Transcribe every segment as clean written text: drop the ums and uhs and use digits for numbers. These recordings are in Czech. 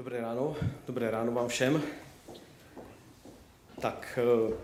Dobré ráno vám všem. Tak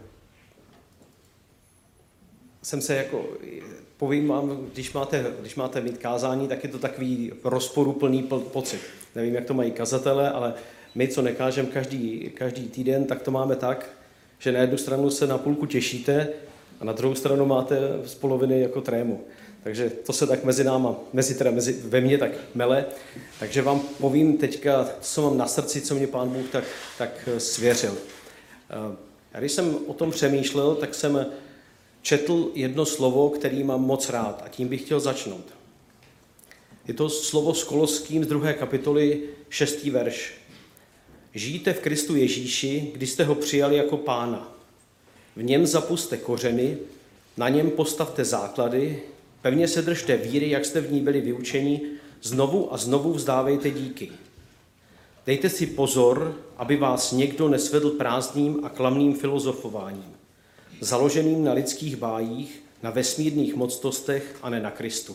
povím vám, když máte mít kázání, tak je to takový rozporuplný pocit. Nevím, jak to mají kazatelé, ale my, co nekážeme každý týden, tak to máme tak, že na jednu stranu se na půlku těšíte a na druhou stranu máte z poloviny jako trému. Takže to se tak mezi náma, ve mně tak mele. Takže vám povím teďka, co mám na srdci, co mě Pán Bůh tak svěřil. A když jsem o tom přemýšlel, tak jsem četl jedno slovo, který mám moc rád a tím bych chtěl začnout. Je to slovo z Koloským z 2. kapitoly 6. verš. Žijte v Kristu Ježíši, kdy jste ho přijali jako Pána. V něm zapuste kořeny, na něm postavte základy, pevně se držte víry, jak jste v ní byli vyučeni, znovu a znovu vzdávejte díky. Dejte si pozor, aby vás někdo nesvedl prázdným a klamným filozofováním, založeným na lidských bájích, na vesmírných mocnostech a ne na Kristu.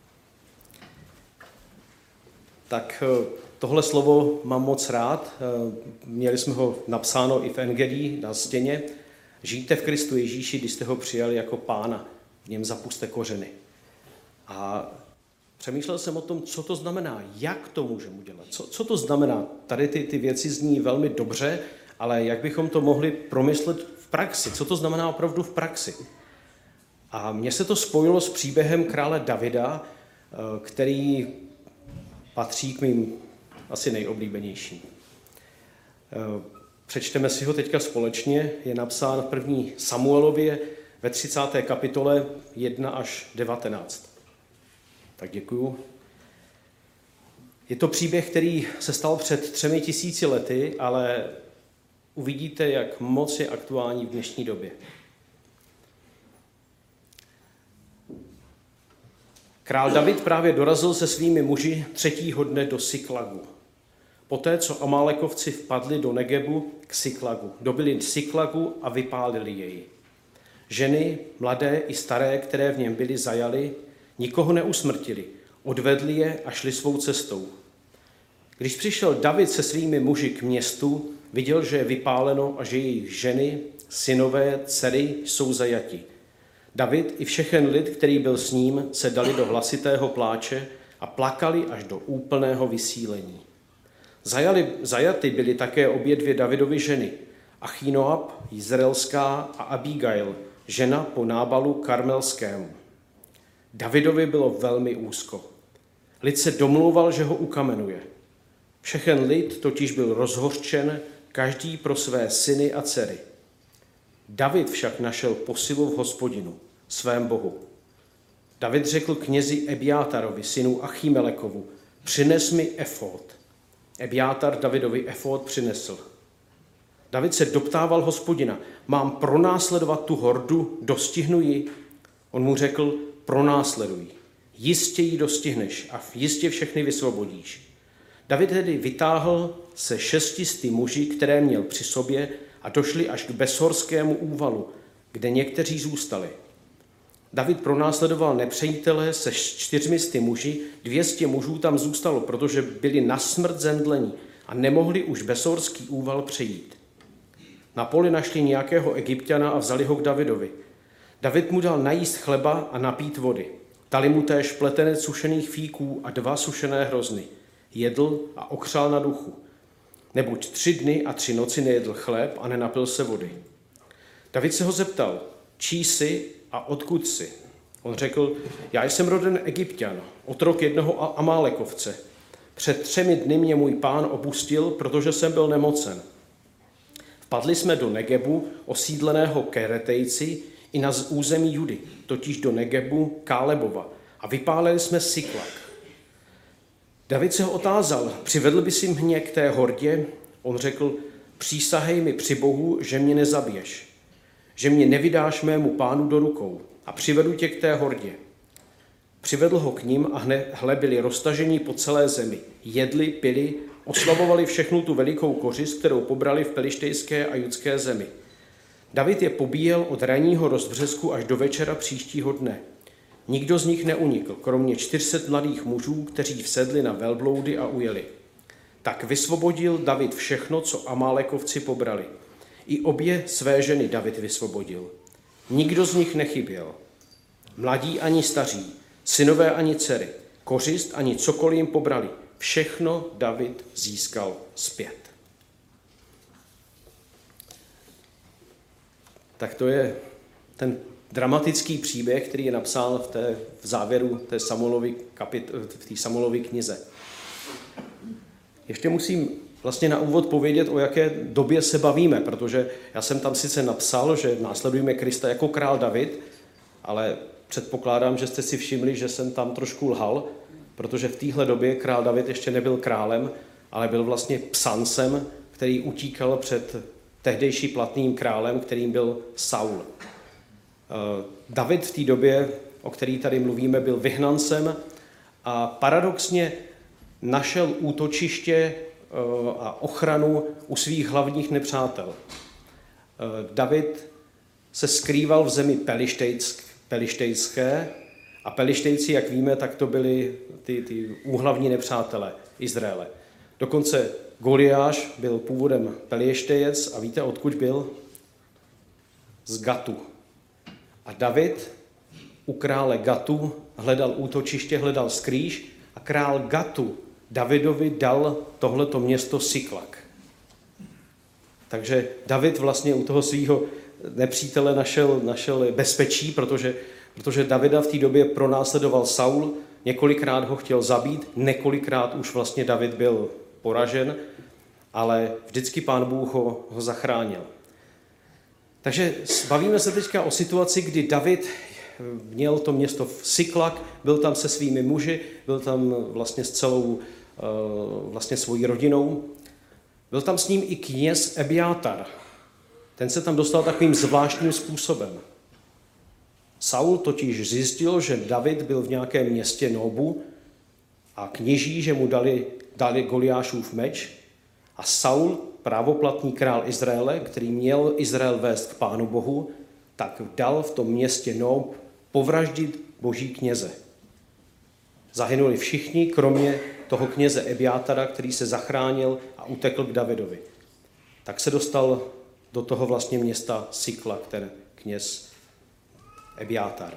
Tak tohle slovo mám moc rád, měli jsme ho napsáno i v Evangelii na stěně. Žijte v Kristu Ježíši, když jste ho přijali jako Pána, v něm zapuste kořeny. A přemýšlel jsem o tom, co to znamená, jak to můžeme udělat, co to znamená. Tady ty věci zní velmi dobře, ale jak bychom to mohli promyslet v praxi, co to znamená opravdu v praxi. A mně se to spojilo s příběhem krále Davida, který patří k mým asi nejoblíbenějším. Přečteme si ho teďka společně, je napsán v 1. Samuelově ve 30. kapitole 1 až 19. Tak děkuju. Je to příběh, který se stal před 3000 lety, ale uvidíte, jak moc je aktuální v dnešní době. Král David právě dorazil se svými muži 3. dne do Siklagu. Poté, co Amálekovci vpadli do Negebu k Siklagu, dobili Siklagu a vypálili jej. Ženy, mladé i staré, které v něm byly, zajali, nikoho neusmrtili, odvedli je a šli svou cestou. Když přišel David se svými muži k městu, viděl, že je vypáleno a že jejich ženy, synové, dcery jsou zajati. David i všechen lid, který byl s ním, se dali do hlasitého pláče a plakali až do úplného vysílení. Zajaty byly také obě dvě Davidovy ženy, Achinoab, Jizraelská a Abigail, žena po Nábalu Karmelskému. Davidovi bylo velmi úzko. Lid se domlouval, že ho ukamenuje. Všechen lid totiž byl rozhořčen, každý pro své syny a dcery. David však našel posilu v Hospodinu, svém Bohu. David řekl knězi Ebiátarovi, synu Achimelekovu, přines mi efód. Ebiátar Davidovi efód přinesl. David se doptával Hospodina, mám pronásledovat tu hordu, dostihnu ji? On mu řekl, pronásleduj. Jistě ji dostihneš a jistě všechny vysvobodíš. David tedy vytáhl se 600 muži, které měl při sobě a došli až k Besorskému úvalu, kde někteří zůstali. David pronásledoval nepřejitele se 400 muži, 200 mužů tam zůstalo, protože byli na smrt zemdlení a nemohli už Besorský úval přejít. Na poli našli nějakého Egypťana a vzali ho k Davidovi. David mu dal najíst chleba a napít vody. Dali mu též pletenec sušených fíků a 2 sušené hrozny. Jedl a okřál na duchu. Neboť 3 dny a 3 noci nejedl chléb a nenapil se vody. David se ho zeptal, čí jsi a odkud jsi? On řekl, já jsem roden Egypťan, otrok jednoho Amálekovce. Před 3 dny mě můj pán opustil, protože jsem byl nemocen. Vpadli jsme do Negebu, osídleného Keretejci, i na území Judy, totiž do Negebu Kálebova, a vypálili jsme Siklag. David se ho otázal, přivedl by si mě k té hordě? On řekl, přísahej mi při Bohu, že mě nezabiješ, že mě nevydáš mému pánu do rukou a přivedu tě k té hordě. Přivedl ho k ním a hle byli roztažení po celé zemi. Jedli, pili, oslavovali všechnu tu velikou kořist, kterou pobrali v pelištejské a judské zemi. David je pobíjel od ranního rozbřesku až do večera příštího dne. Nikdo z nich neunikl, kromě 400 mladých mužů, kteří vsedli na velbloudy a ujeli. Tak vysvobodil David všechno, co Amálekovci pobrali. I obě své ženy David vysvobodil. Nikdo z nich nechyběl. Mladí ani staří, synové ani dcery, kořist ani cokoliv jim pobrali. Všechno David získal zpět. Tak to je ten dramatický příběh, který je napsán v závěru té Samuelovy knize. Ještě musím vlastně na úvod povědět, o jaké době se bavíme, protože já jsem tam sice napsal, že následujeme Krista jako král David, ale předpokládám, že jste si všimli, že jsem tam trošku lhal, protože v téhle době král David ještě nebyl králem, ale byl vlastně psancem, který utíkal před tehdejší platným králem, kterým byl Saul. David v té době, o které tady mluvíme, byl vyhnancem a paradoxně našel útočiště a ochranu u svých hlavních nepřátel. David se skrýval v zemi pelištejské a pelištejci, jak víme, tak to byli ty úhlavní nepřátelé Izraele. Dokonce Goliáš byl původem pelištejec a víte, odkud byl? Z Gatu. A David u krále Gatu hledal útočiště, hledal skrýš a král Gatu Davidovi dal tohleto město Siklag. Takže David vlastně u toho svého nepřítele našel bezpečí, protože Davida v té době pronásledoval Saul, několikrát ho chtěl zabít, několikrát už vlastně David byl poražen, ale vždycky Pán Bůh ho zachránil. Takže bavíme se teďka o situaci, kdy David měl to město v Siklag, byl tam se svými muži, byl tam vlastně s celou vlastně svojí rodinou. Byl tam s ním i kněz Ebiátar. Ten se tam dostal takovým zvláštním způsobem. Saul totiž zjistil, že David byl v nějakém městě Nóbu a kněží, že mu dali Goliášův meč a Saul, právoplatný král Izraele, který měl Izrael vést k Pánu Bohu, tak dal v tom městě Nób povraždit boží kněze. Zahynuli všichni, kromě toho kněze Ebiátara, který se zachránil a utekl k Davidovi. Tak se dostal do toho vlastně města Siklag, ten kněz Ebiátar.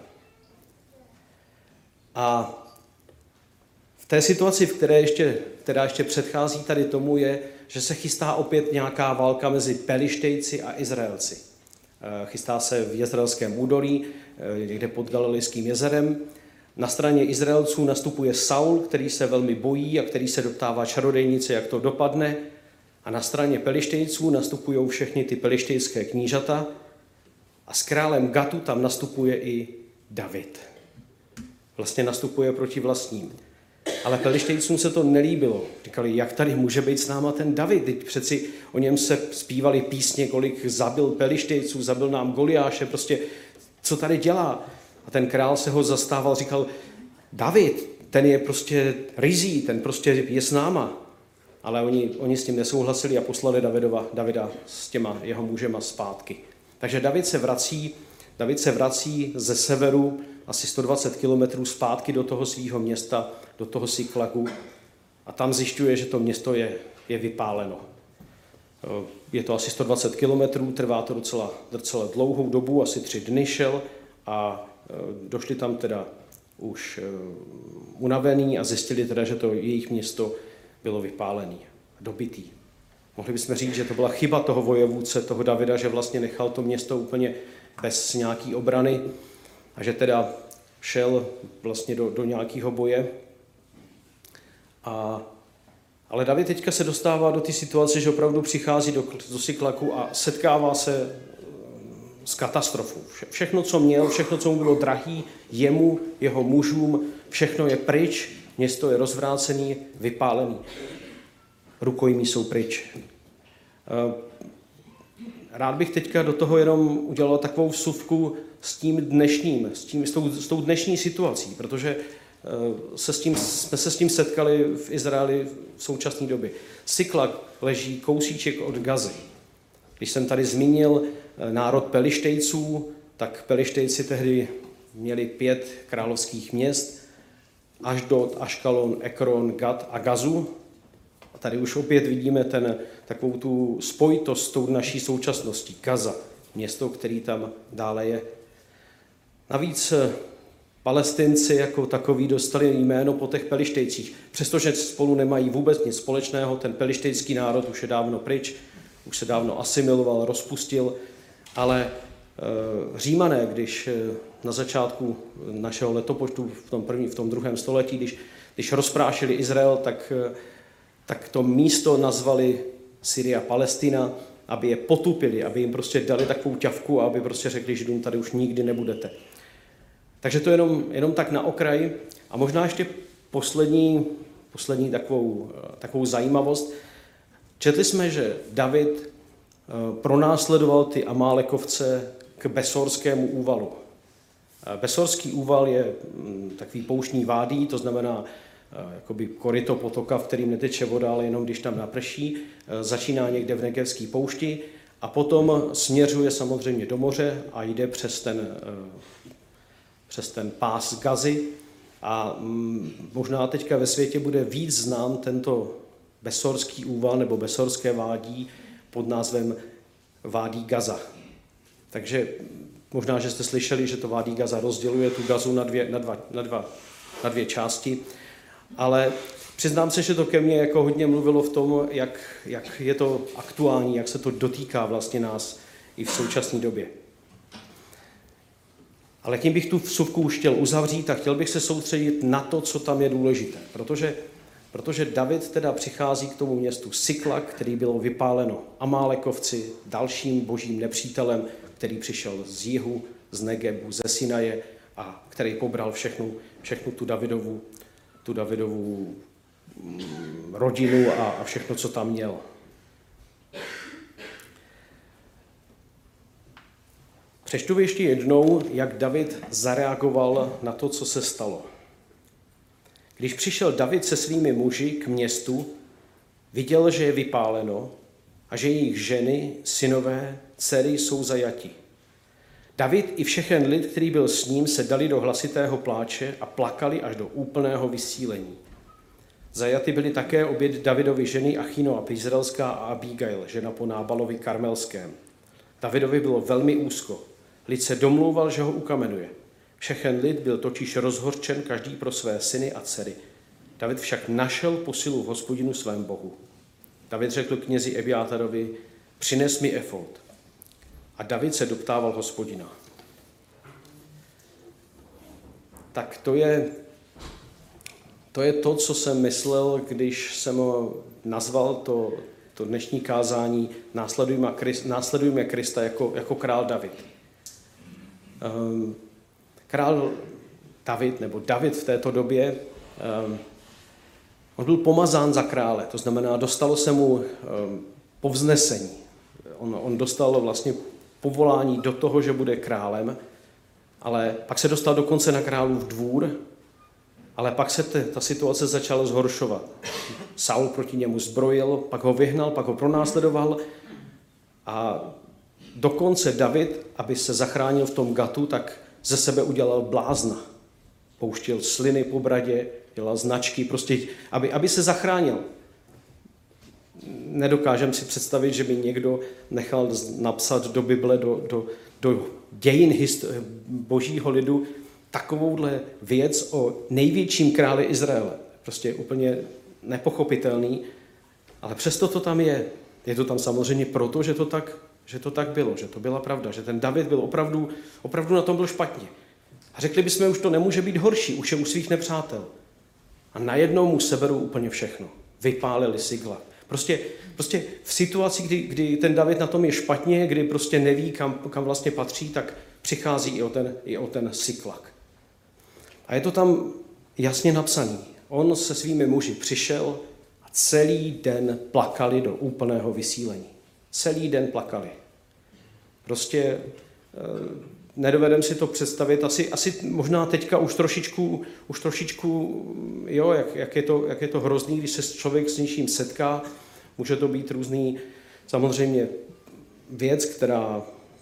A v té situaci, která ještě předchází tady tomu, je, že se chystá opět nějaká válka mezi Pelištejci a Izraelci. Chystá se v Jezreelském údolí, někde pod Galilejským jezerem. Na straně Izraelců nastupuje Saul, který se velmi bojí a který se doptává čarodejnice, jak to dopadne. A na straně Pelištejců nastupují všechny ty pelištejské knížata a s králem Gatu tam nastupuje i David. Vlastně nastupuje proti vlastním. Ale Pelištejcům se to nelíbilo. Říkali, jak tady může být s náma ten David? Teď přeci o něm se zpívali písně, kolik zabil Pelištejců, zabil nám Goliáše, prostě co tady dělá? A ten král se ho zastával, říkal, David, ten je prostě rizí, ten prostě je s náma. Ale oni s tím nesouhlasili a poslali Davida s těma jeho mužema zpátky. Takže David se vrací ze severu asi 120 kilometrů zpátky do toho svého města, do toho Siklagu a tam zjišťuje, že to město je vypáleno. Je to asi 120 kilometrů, trvá to docela dlouhou dobu, asi 3 dny šel a došli tam teda už unavený a zjistili teda, že to jejich město bylo vypálené, dobitý. Mohli bychom říct, že to byla chyba toho vojevůdce, toho Davida, že vlastně nechal to město úplně bez nějaký obrany a že teda šel vlastně do nějakého boje. Ale David teďka se dostává do té situace, že opravdu přichází do Siklagu a setkává se s katastrofou. Všechno, co měl, všechno, co mu bylo drahý, jemu, jeho mužům, všechno je pryč, město je rozvrácený, vypálený. Rukojmí jsou pryč. Rád bych teďka do toho jenom udělal takovou vsuvku s tou dnešní situací, protože jsme se s tím setkali v Izraeli v současné době. Siklag leží kousíček od Gazy. Když jsem tady zmínil národ Pelištejců, tak Pelištejci tehdy měli 5 královských měst, Ašdod, Aškalon, Ekron, Gat a Gazu. A tady už opět vidíme takovou tu spojitost s tou naší současností. Gaza, město, který tam dále je. Navíc Palestinci jako takový dostali jméno po těch Pelištejcích. Přestože spolu nemají vůbec nic společného, ten pelištejský národ už je dávno pryč, už se dávno asimiloval, rozpustil, ale Římané, když na začátku našeho letopočtu v tom 2. století, když rozprášili Izrael, tak to místo nazvali Syria Palestina, aby je potupili, aby jim prostě dali takovou ťavku a aby prostě řekli Židům, tady už nikdy nebudete. Takže to jenom tak na okraj. A možná ještě poslední takovou zajímavost. Četli jsme, že David pronásledoval ty Amálekovce k Besorskému úvalu. Besorský úval je takový pouštní vádí, to znamená jakoby koryto potoka, v kterým neteče voda, ale jenom když tam naprší. Začíná někde v Negevské poušti a potom směřuje samozřejmě do moře a jde přes ten pás Gazy. A možná teďka ve světě bude víc znám tento Besorský úval nebo Besorské vádí pod názvem Vádí Gaza. Takže možná, že jste slyšeli, že to Vádí Gaza rozděluje tu Gazu na dvě části, ale přiznám se, že to ke mně jako hodně mluvilo v tom, jak je to aktuální, jak se to dotýká vlastně nás i v současné době. Ale tím bych tu vsuvku už chtěl uzavřít a chtěl bych se soustředit na to, co tam je důležité. Protože David teda přichází k tomu městu Siklag, který bylo vypáleno Amálekovci, dalším božím nepřítelem, který přišel z jihu, z Negebu, ze Sinaje a který pobral všechnu tu Davidovu rodinu a všechno, co tam měl. Přečtu ještě jednou, jak David zareagoval na to, co se stalo. Když přišel David se svými muži k městu, viděl, že je vypáleno a že jejich ženy, synové, dcery jsou zajati. David i všechen lid, který byl s ním, se dali do hlasitého pláče a plakali až do úplného vysílení. Zajaty byly také obě Davidovy ženy Achinoam Izraelská a Abigail, žena po Nábalovi Karmelském. Davidovi bylo velmi úzko. Lid se domlouval, že ho ukamenuje. Všechen lid byl totiž rozhorčen, každý pro své syny a dcery. David však našel posilu v Hospodinu svém Bohu. David řekl knězi Ebiátarovi, přines mi efod. A David se doptával Hospodina. Tak to je to, co jsem myslel, když jsem nazval to dnešní kázání Následujme Krista jako král David. Král David, nebo David v této době, on byl pomazán za krále, to znamená, dostalo se mu povznesení. On dostal vlastně povolání do toho, že bude králem, ale pak se dostal dokonce na králův dvůr, ale pak se ta situace začala zhoršovat. Saul proti němu zbrojil, pak ho vyhnal, pak ho pronásledoval a dokonce David, aby se zachránil v tom Gatu, tak ze sebe udělal blázna. Pouštěl sliny po bradě, dělal značky, prostě, aby se zachránil. Nedokážem si představit, že by někdo nechal napsat do Bible, do dějin božího lidu takovouhle věc o největším králi Izraele. Prostě úplně nepochopitelný, ale přesto to tam je. Je to tam samozřejmě proto, že to tak bylo, že to byla pravda, že ten David byl opravdu na tom byl špatně. A řekli bychom, už to nemůže být horší, už je u svých nepřátel. A najednou mu seberou úplně všechno. Vypálili Siklag. Prostě v situaci, kdy ten David na tom je špatně, kdy prostě neví, kam vlastně patří, tak přichází i o ten Siklag. A je to tam jasně napsaný. On se svými muži přišel a celý den plakali do úplného vysílení. Celý den plakali. Prostě nedovedem si to představit. Asi možná teďka už trošičku jo, jak je to hrozný, když se člověk s něčím setká. Může to být různý, samozřejmě věc, která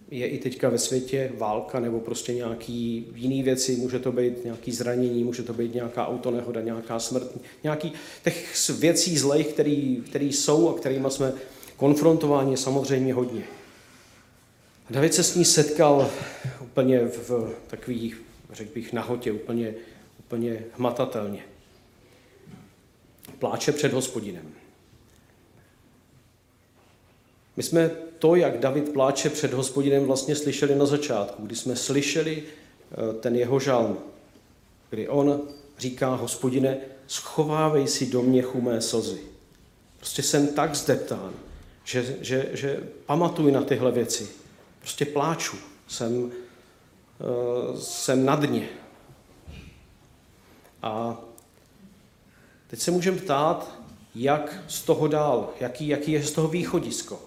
je i teďka ve světě válka nebo prostě nějaký jiný věci, může to být nějaký zranění, může to být nějaká autonehoda, nějaká smrt, nějaký těch věcí zlejch, které jsou a kterými jsme konfrontováni, samozřejmě hodně. A David se s ní setkal úplně v takových, řekl bych, nahotě, úplně hmatatelně. Pláče před Hospodinem. My jsme to, jak David pláče před Hospodinem, vlastně slyšeli na začátku, kdy jsme slyšeli ten jeho žalm, kdy on říká: Hospodine, schovávej si do měchu mé slzy. Prostě jsem tak zdeptán, že pamatuji na tyhle věci. Prostě pláču, jsem na dně. A teď se můžeme ptát, jak z toho dál, jaký je z toho východisko.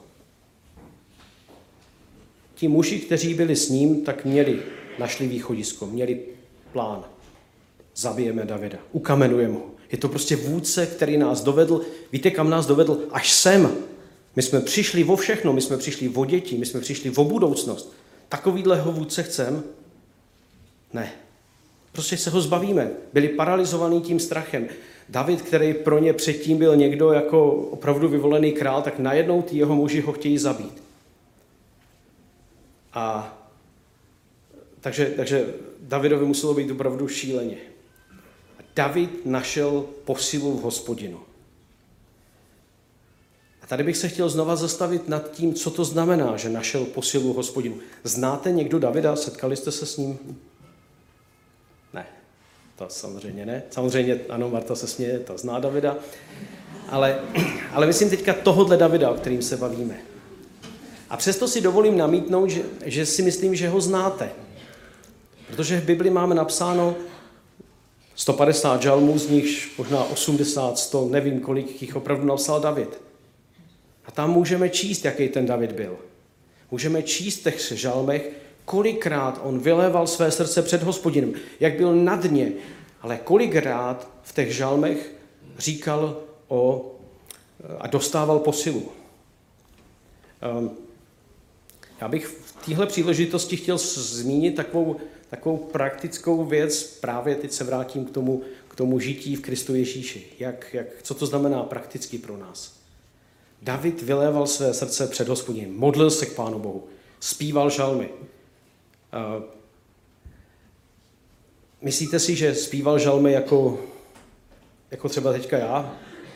Ti muži, kteří byli s ním, tak našli východisko, měli plán. Zabijeme Davida, ukamenujeme ho. Je to prostě vůdce, který nás dovedl, víte, kam nás dovedl? Až sem. My jsme přišli o všechno, my jsme přišli o děti, my jsme přišli o budoucnost. Takovýhleho vůdce chcem? Ne. Prostě se ho zbavíme. Byli paralizovaní tím strachem. David, který pro ně předtím byl někdo jako opravdu vyvolený král, tak najednou ty jeho muži ho chtějí zabít. A takže Davidovi muselo být opravdu šíleně. David našel posilu v Hospodinu. A tady bych se chtěl znova zastavit nad tím, co to znamená, že našel posilu v Hospodinu. Znáte někdo Davida? Setkali jste se s ním? Ne, to samozřejmě ne. Samozřejmě, ano, Marta se směje, ta zná Davida. Ale myslím teďka tohodle Davida, o kterým se bavíme. A přesto si dovolím namítnout, že si myslím, že ho znáte. Protože v Bibli máme napsáno 150 žalmů, z nich možná 80, 100, nevím, kolik jich opravdu napsal David. A tam můžeme číst, jaký ten David byl. Můžeme číst v těch žalmech, kolikrát on vyléval své srdce před Hospodinem, jak byl na dně, ale kolikrát v těch žalmech říkal a dostával posilu. Já bych v téhle příležitosti chtěl zmínit takovou praktickou věc, právě teď se vrátím k tomu žití v Kristu Ježíši. Co to znamená prakticky pro nás? David vyléval své srdce před Hospodinem, modlil se k Pánu Bohu, zpíval žalmy. Myslíte si, že zpíval žalmy jako třeba teďka já?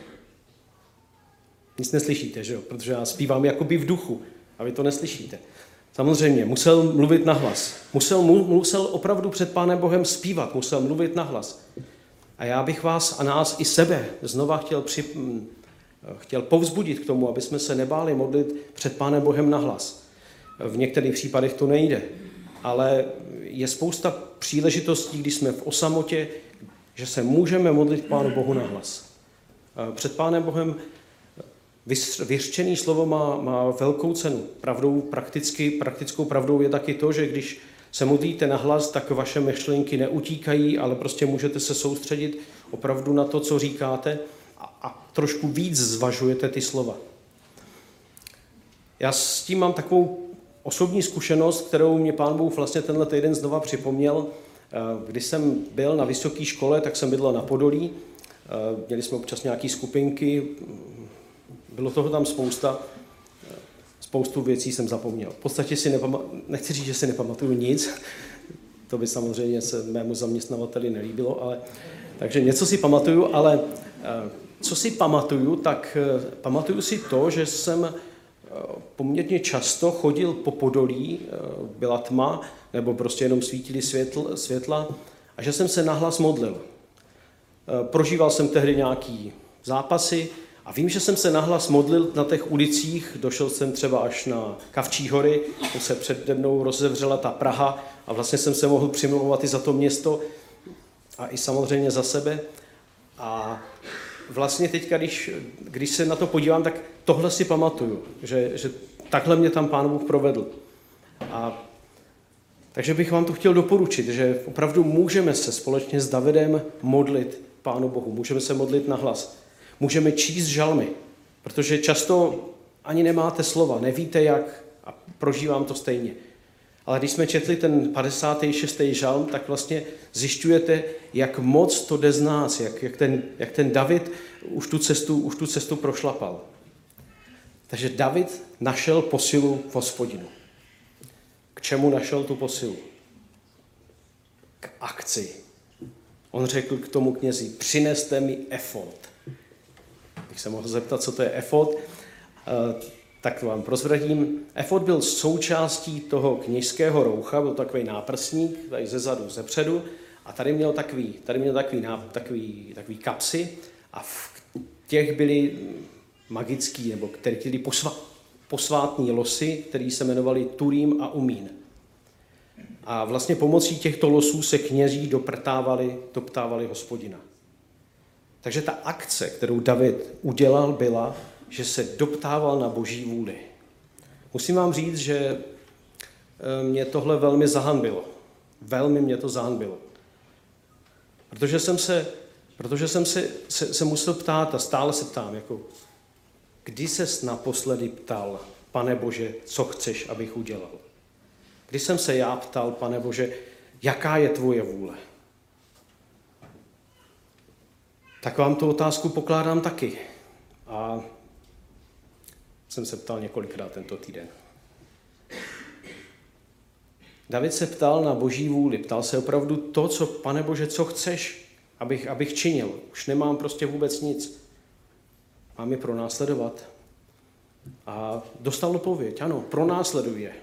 Nic neslyšíte, že jo? Protože já zpívám jakoby v duchu a vy to neslyšíte. Samozřejmě, musel mluvit nahlas. Musel opravdu před Pánem Bohem zpívat, musel mluvit nahlas. A já bych vás a nás i sebe znova chtěl povzbudit k tomu, aby jsme se nebáli modlit před Pánem Bohem nahlas. V některých případech to nejde, ale je spousta příležitostí, kdy jsme v osamotě, že se můžeme modlit Pánu Bohu nahlas. Před Pánem Bohem vyřčené slovo má velkou cenu. Praktickou pravdou je taky to, že když se modlíte nahlas, tak vaše myšlenky neutíkají, ale prostě můžete se soustředit opravdu na to, co říkáte a trošku víc zvažujete ty slova. Já s tím mám takovou osobní zkušenost, kterou mě Pán Bůh vlastně tenhle týden znova připomněl. Když jsem byl na vysoké škole, tak jsem bydlel na Podolí. Měli jsme občas nějaké skupinky, bylo toho tam spoustu věcí jsem zapomněl. V podstatě nechci říct, že si nepamatuju nic, to by samozřejmě se mému zaměstnavateli nelíbilo, takže něco si pamatuju, ale co si pamatuju, tak pamatuju si to, že jsem poměrně často chodil po Podolí, byla tma, nebo prostě jenom svítily světla, a že jsem se nahlas modlil. Prožíval jsem tehdy nějaký zápasy a vím, že jsem se nahlas modlil na těch ulicích, došel jsem třeba až na Kavčí hory, to se přede mnou rozevřela ta Praha a vlastně jsem se mohl přimlouvat i za to město a i samozřejmě za sebe. A vlastně teďka, když se na to podívám, tak tohle si pamatuju, že takhle mě tam Pán Bůh provedl. Takže bych vám to chtěl doporučit, že opravdu můžeme se společně s Davidem modlit Pánu Bohu, můžeme se modlit nahlas, můžeme číst žalmy, protože často ani nemáte slova, nevíte jak a prožívám to stejně. Ale když jsme četli ten 56. žalm, tak vlastně zjišťujete, jak moc to jde z nás, jak ten David už tu cestu prošlapal. Takže David našel posilu v Hospodinu. K čemu našel tu posilu? K akci. On řekl k tomu knězi, přineste mi efod. Bych se mohl zeptat, co to je efod, tak to vám prozradím. Efod byl součástí toho kněžského roucha, byl takový náprsník, tady ze zadu, ze předu, a tady měl takový kapsy a v těch byly magický, nebo které byly posvátní losy, které se jmenovaly Turim a Umín. A vlastně pomocí těchto losů se kněží doptávali Hospodina. Takže ta akce, kterou David udělal, byla, že se doptával na Boží vůli. Musím vám říct, že mě tohle velmi zahanbilo. Velmi mě to zahanbilo. Protože jsem se musel ptát a stále se ptám, jako, kdy ses naposledy ptal, Pane Bože, co chceš, abych udělal? Kdy jsem se já ptal, Pane Bože, jaká je tvoje vůle? Tak vám tu otázku pokládám taky. A jsem se ptal několikrát tento týden. David se ptal na Boží vůli. Ptal se opravdu to, co, Pane Bože, co chceš, abych činil. Už nemám prostě vůbec nic. Mám je pronásledovat. A dostal odpověď. Ano, pronásleduj je.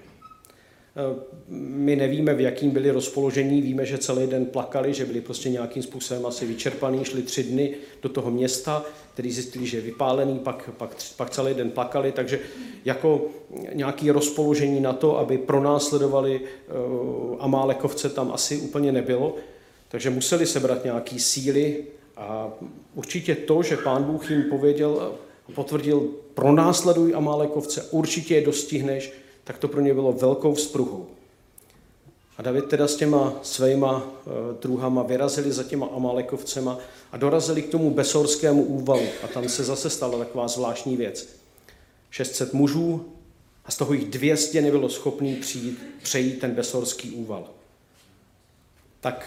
My nevíme, v jakým byli rozpoložení, víme, že celý den plakali, že byli prostě nějakým způsobem asi vyčerpaný, šli 3 dny do toho města, který zjistili, že je vypálený, pak celý den plakali, takže jako nějaké rozpoložení na to, aby pronásledovali Amálekovce, tam asi úplně nebylo, takže museli sebrat nějaké síly a určitě to, že Pán Bůh jim potvrdil, pronásleduj Amálekovce, určitě je dostihneš, tak to pro ně bylo velkou vzpruhou. A David teda s těma svýma druhama vyrazili za těma Amálekovcema a dorazili k tomu Besorskému úvalu. A tam se zase stala taková zvláštní věc. 600 mužů a z toho jich 200 nebylo schopný přejít ten Besorský úval. Tak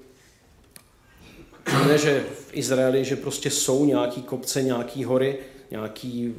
víme, že v Izraeli, že prostě jsou nějaký kopce, nějaký hory, nějaký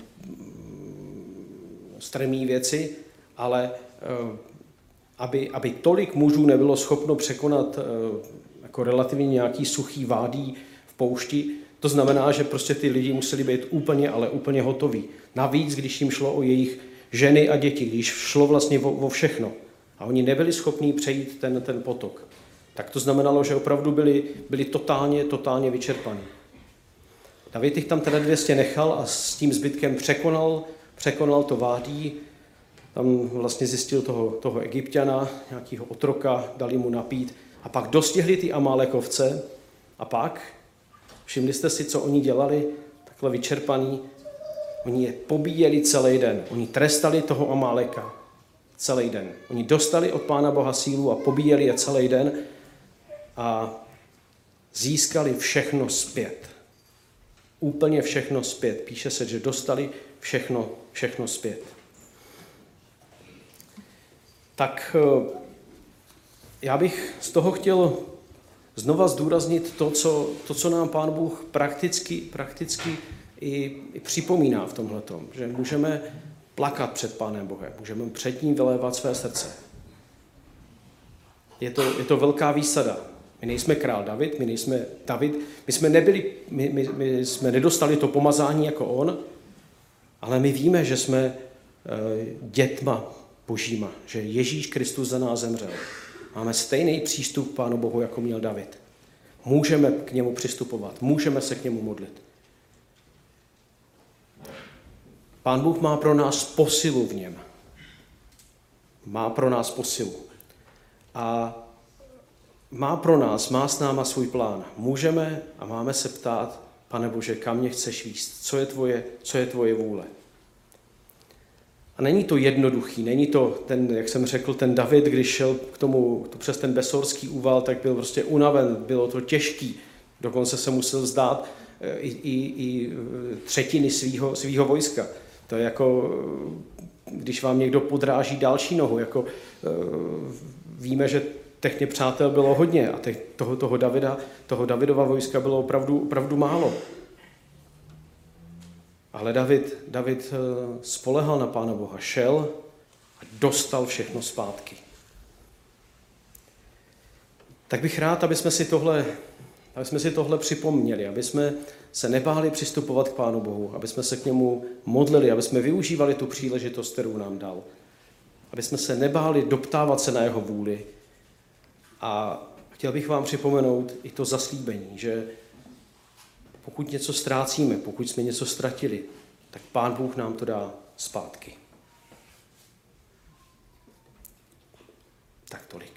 strmý věci, ale aby tolik mužů nebylo schopno překonat jako relativně nějaký suchý vádí v poušti, to znamená, že prostě ty lidi museli být ale úplně hotoví. Navíc, když jim šlo o jejich ženy a děti, když šlo vlastně o všechno a oni nebyli schopní přejít ten potok, tak to znamenalo, že opravdu byli totálně vyčerpaní. David jich tam teda 200 nechal a s tím zbytkem překonal to vádí, tam vlastně zjistil toho Egypťana, nějakého otroka, dali mu napít a pak dostihli ty Amálekovce a pak, všimli jste si, co oni dělali, takhle vyčerpaní, oni je pobíjeli celý den, oni trestali toho Amáleka celý den. Oni dostali od Pána Boha sílu a pobíjeli je celý den a získali všechno zpět. Úplně všechno zpět. Píše se, že dostali všechno zpět. Tak já bych z toho chtěl znova zdůraznit to, co nám Pán Bůh prakticky i připomíná v tomhletom, že můžeme plakat před Pánem Bohem, můžeme před ním vylévat své srdce. Je to velká výsada. My nejsme král David, my jsme nedostali to pomazání jako on, ale my víme, že jsme dětma Božíma, že Ježíš Kristus za nás zemřel. Máme stejný přístup k Pánu Bohu, jako měl David. Můžeme k němu přistupovat, můžeme se k němu modlit. Pán Bůh má pro nás posilu v něm. Má pro nás posilu. A má s náma svůj plán. Můžeme a máme se ptát, Pane Bože, kam mě chceš vést? Co je tvoje vůle? A není to jednoduchý, není to jak jsem řekl, ten David, když šel přes ten Besorský úval, tak byl prostě unaven, bylo to těžký. Dokonce se musel vzdát i třetiny svýho vojska. To je jako když vám někdo podráží další nohu, jako víme, že těch nepřátel bylo hodně a toho Davidova vojska bylo opravdu málo. Ale David spolehal na Pána Boha, šel a dostal všechno zpátky. Tak bych rád, aby jsme si tohle připomněli, aby jsme se nebáli přistupovat k Pánu Bohu, aby jsme se k němu modlili, aby jsme využívali tu příležitost, kterou nám dal. Aby jsme se nebáli doptávat se na jeho vůli. A chtěl bych vám připomenout i to zaslíbení, že pokud něco ztrácíme, pokud jsme něco ztratili, tak Pán Bůh nám to dá zpátky. Tak tolik.